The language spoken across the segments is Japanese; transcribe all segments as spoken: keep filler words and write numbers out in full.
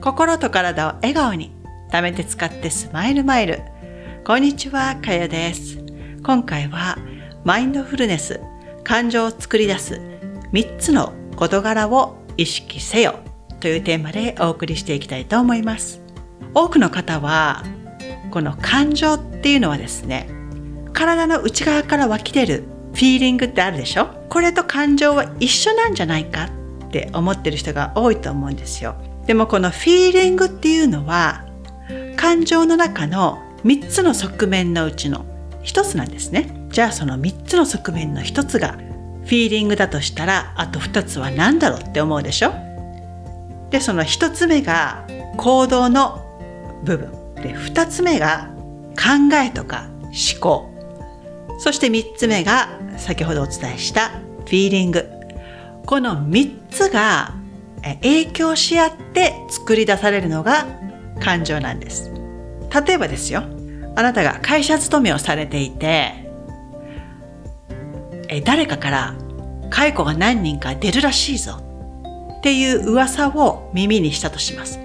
心と体を笑顔に貯めて使ってスマイルマイル。こんにちは、かよです。今回はマインドフルネス、感情を作り出すみっつの事柄を意識せよというテーマでお送りしていきたいと思います。多くの方はこの感情っていうのはですね、体の内側から湧き出るフィーリングってあるでしょ。これと感情は一緒なんじゃないかって思ってる人が多いと思うんですよ。でもこのフィーリングっていうのは感情の中のみっつの側面のうちのひとつなんですね。じゃあそのみっつの側面のひとつがフィーリングだとしたら、あとふたつは何だろうって思うでしょ。でそのひとつめが行動の部分で、ふたつめが考えとか思考、そしてみっつめが先ほどお伝えしたフィーリング。このみっつが影響し合って作り出されるのが感情なんです。例えばですよ、あなたが会社勤めをされていて、え誰かから解雇が何人か出るらしいぞっていう噂を耳にしたとします。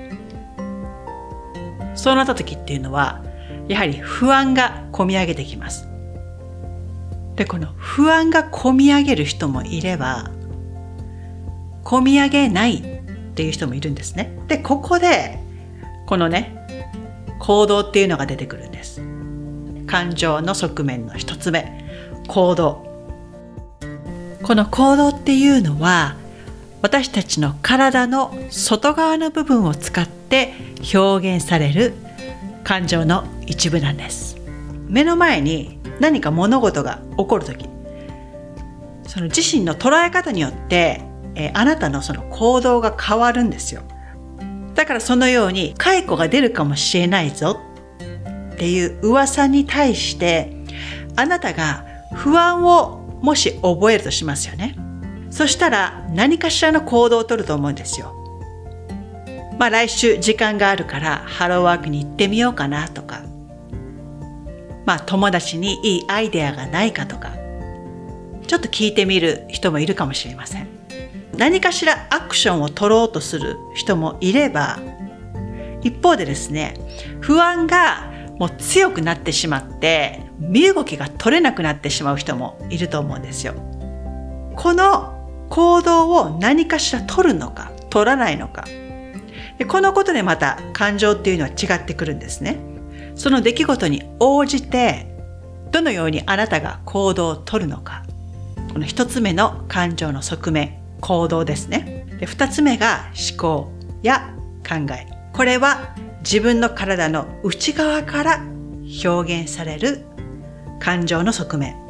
そうなった時っていうのはやはり不安がこみ上げてきます。でこの不安がこみ上げる人もいれば、こみ上げないっていう人もいるんですね。でここでこのね行動っていうのが出てくるんです。感情の側面の一つ目、行動。この行動っていうのは私たちの体の外側の部分を使って表現される感情の一部なんです。目の前に何か物事が起こるとき、その自身の捉え方によってえあなたのその行動が変わるんですよ。だからそのように解雇が出るかもしれないぞっていう噂に対してあなたが不安をもし覚えるとしますよね。そしたら何かしらの行動をとると思うんですよ。まあ来週時間があるからハローワークに行ってみようかなとか、まあ友達にいいアイデアがないかとか、ちょっと聞いてみる人もいるかもしれません。何かしらアクションを取ろうとする人もいれば、一方でですね、不安がもう強くなってしまって身動きが取れなくなってしまう人もいると思うんですよ。この行動を何かしら取るのか取らないのか、でこのことでまた感情っていうのは違ってくるんですね。その出来事に応じてどのようにあなたが行動を取るのか、この一つ目の感情の側面、行動ですね。で二つ目が思考や考え。これは自分の体の内側から表現される感情の側面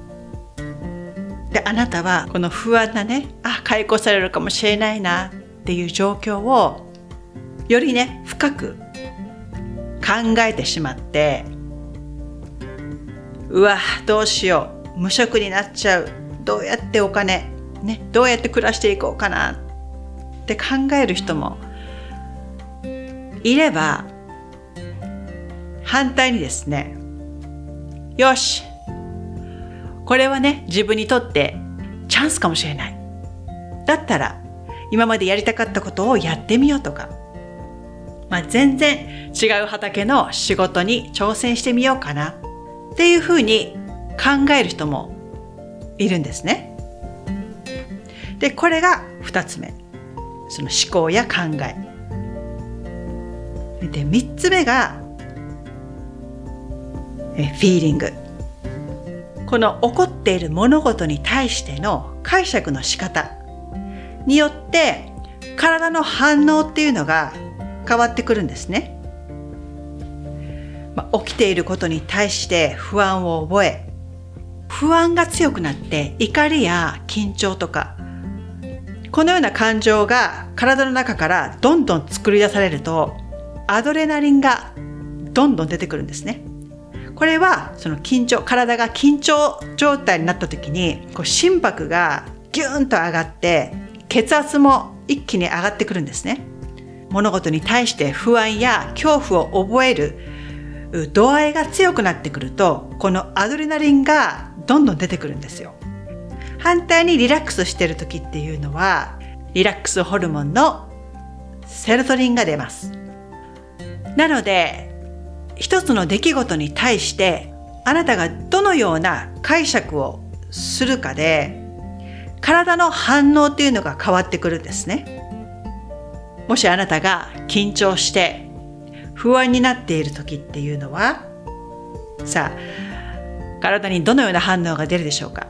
で、あなたはこの不安なね、あ、解雇されるかもしれないなっていう状況をよりね深く考えてしまって、うわどうしよう、無職になっちゃう、どうやってお金ね、どうやって暮らしていこうかなって考える人もいれば、反対にですね、よしこれはね自分にとってチャンスかもしれない、だったら今までやりたかったことをやってみようとか、まあ、全然違う畑の仕事に挑戦してみようかなっていうふうに考える人もいるんですね。でこれがふたつめ、その思考や考えで、みっつめがえフィーリング。この起こっている物事に対しての解釈の仕方によって体の反応っていうのが変わってくるんですね。まあ、起きていることに対して不安を覚え、不安が強くなって怒りや緊張とか、このような感情が体の中からどんどん作り出されると、アドレナリンがどんどん出てくるんですね。これはその緊張、体が緊張状態になった時にこう心拍がギューンと上がって血圧も一気に上がってくるんですね。物事に対して不安や恐怖を覚える度合いが強くなってくると、このアドレナリンがどんどん出てくるんですよ。反対にリラックスしている時っていうのはリラックスホルモンのセロトニンが出ます。なので、一つの出来事に対してあなたがどのような解釈をするかで、体の反応っていうのが変わってくるんですね。もしあなたが緊張して不安になっている時っていうのは、さあ、体にどのような反応が出るでしょうか。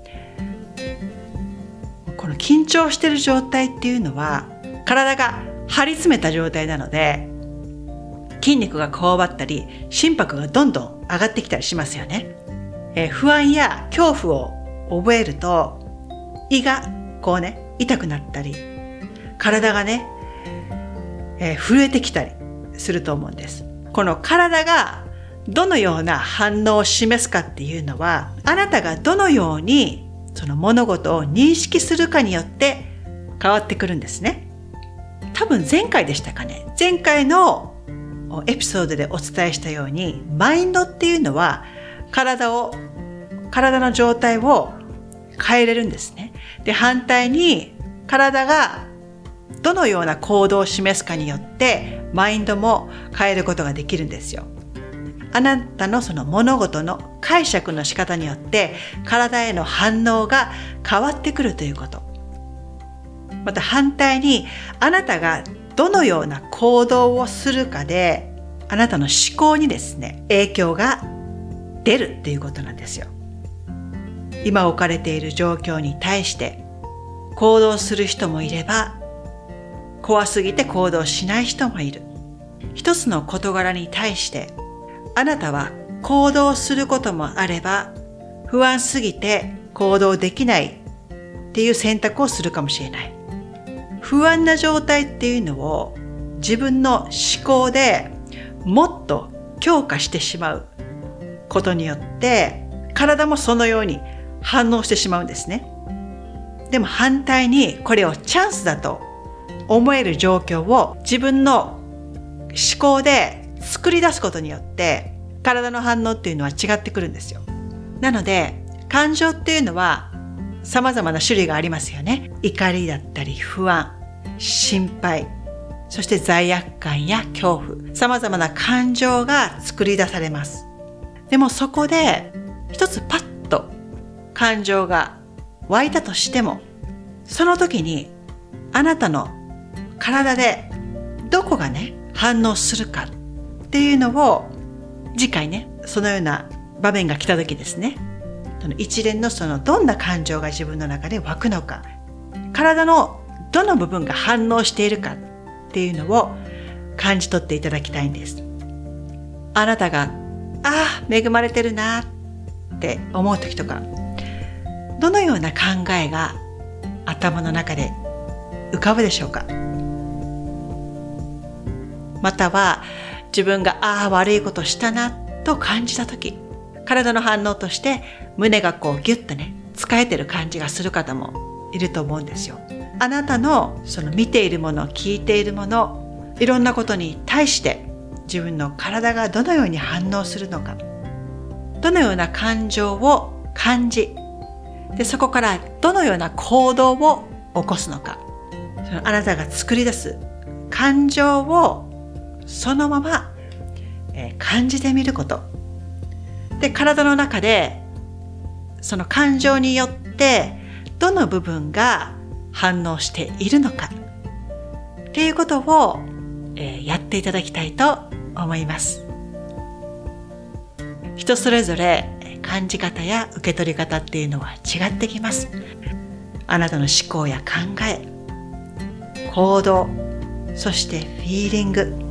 この緊張している状態っていうのは、体が張り詰めた状態なので、筋肉がこわばったり、心拍がどんどん上がってきたりしますよね。えー、不安や恐怖を覚えると、胃がこうね、痛くなったり、体がね、えー、震えてきたりすると思うんです。この体がどのような反応を示すかっていうのは、あなたがどのようにその物事を認識するかによって変わってくるんですね。多分前回でしたかね。前回のエピソードでお伝えしたように、マインドっていうのは体を、体の状態を変えれるんですね。で、反対に体がどのような行動を示すかによってマインドも変えることができるんですよ。あなたのその物事の解釈の仕方によって体への反応が変わってくるということ。また反対に、あなたがどのような行動をするかで、あなたの思考にですね、影響が出るっていうことなんですよ。今置かれている状況に対して行動する人もいれば、怖すぎて行動しない人もいる。一つの事柄に対してあなたは行動することもあれば、不安すぎて行動できないっていう選択をするかもしれない。不安な状態っていうのを自分の思考でもっと強化してしまうことによって、体もそのように反応してしまうんですね。でも反対に、これをチャンスだと思える状況を自分の思考で作り出すことによって、体の反応っていうのは違ってくるんですよ。なので、感情っていうのは様々な種類がありますよね。怒りだったり不安、心配、そして罪悪感や恐怖、様々な感情が作り出されます。でもそこで一つパッと感情が湧いたとしても、その時にあなたの体でどこがね、反応するかっていうのを、次回ね、そのような場面が来た時ですね、一連のそのどんな感情が自分の中で湧くのか、体のどの部分が反応しているかっていうのを感じ取っていただきたいんです。あなたが、ああ、恵まれてるなって思う時とか、どのような考えが頭の中で浮かぶでしょうか。または自分がああ悪いことしたなと感じたとき、体の反応として胸がこうギュッとね、疲れてる感じがする方もいると思うんですよ。あなたのその見ているもの、聞いているもの、いろんなことに対して自分の体がどのように反応するのか、どのような感情を感じ、でそこからどのような行動を起こすのか、そのあなたが作り出す感情をそのまま、えー、感じてみること。で、体の中でその感情によってどの部分が反応しているのかっていうことを、えー、やっていただきたいと思います。人それぞれ感じ方や受け取り方っていうのは違ってきます。あなたの思考や考え、行動、そしてフィーリング、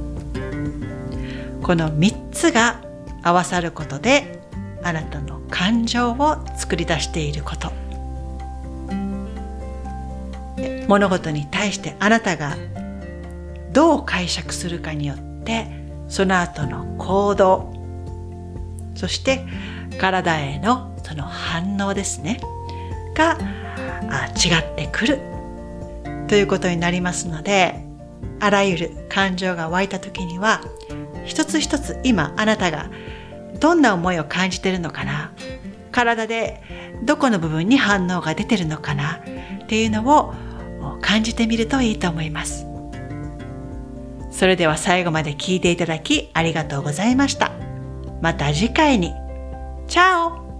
このみっつが合わさることであなたの感情を作り出していること。物事に対してあなたがどう解釈するかによってその後の行動、そして体へのその反応ですねが違ってくるということになりますので、あらゆる感情が湧いた時には一つ一つ今あなたがどんな思いを感じているのかな、体でどこの部分に反応が出てるのかなっていうのを感じてみるといいと思います。 それでは最後まで聞いていただきありがとうございました。また次回に。チャオ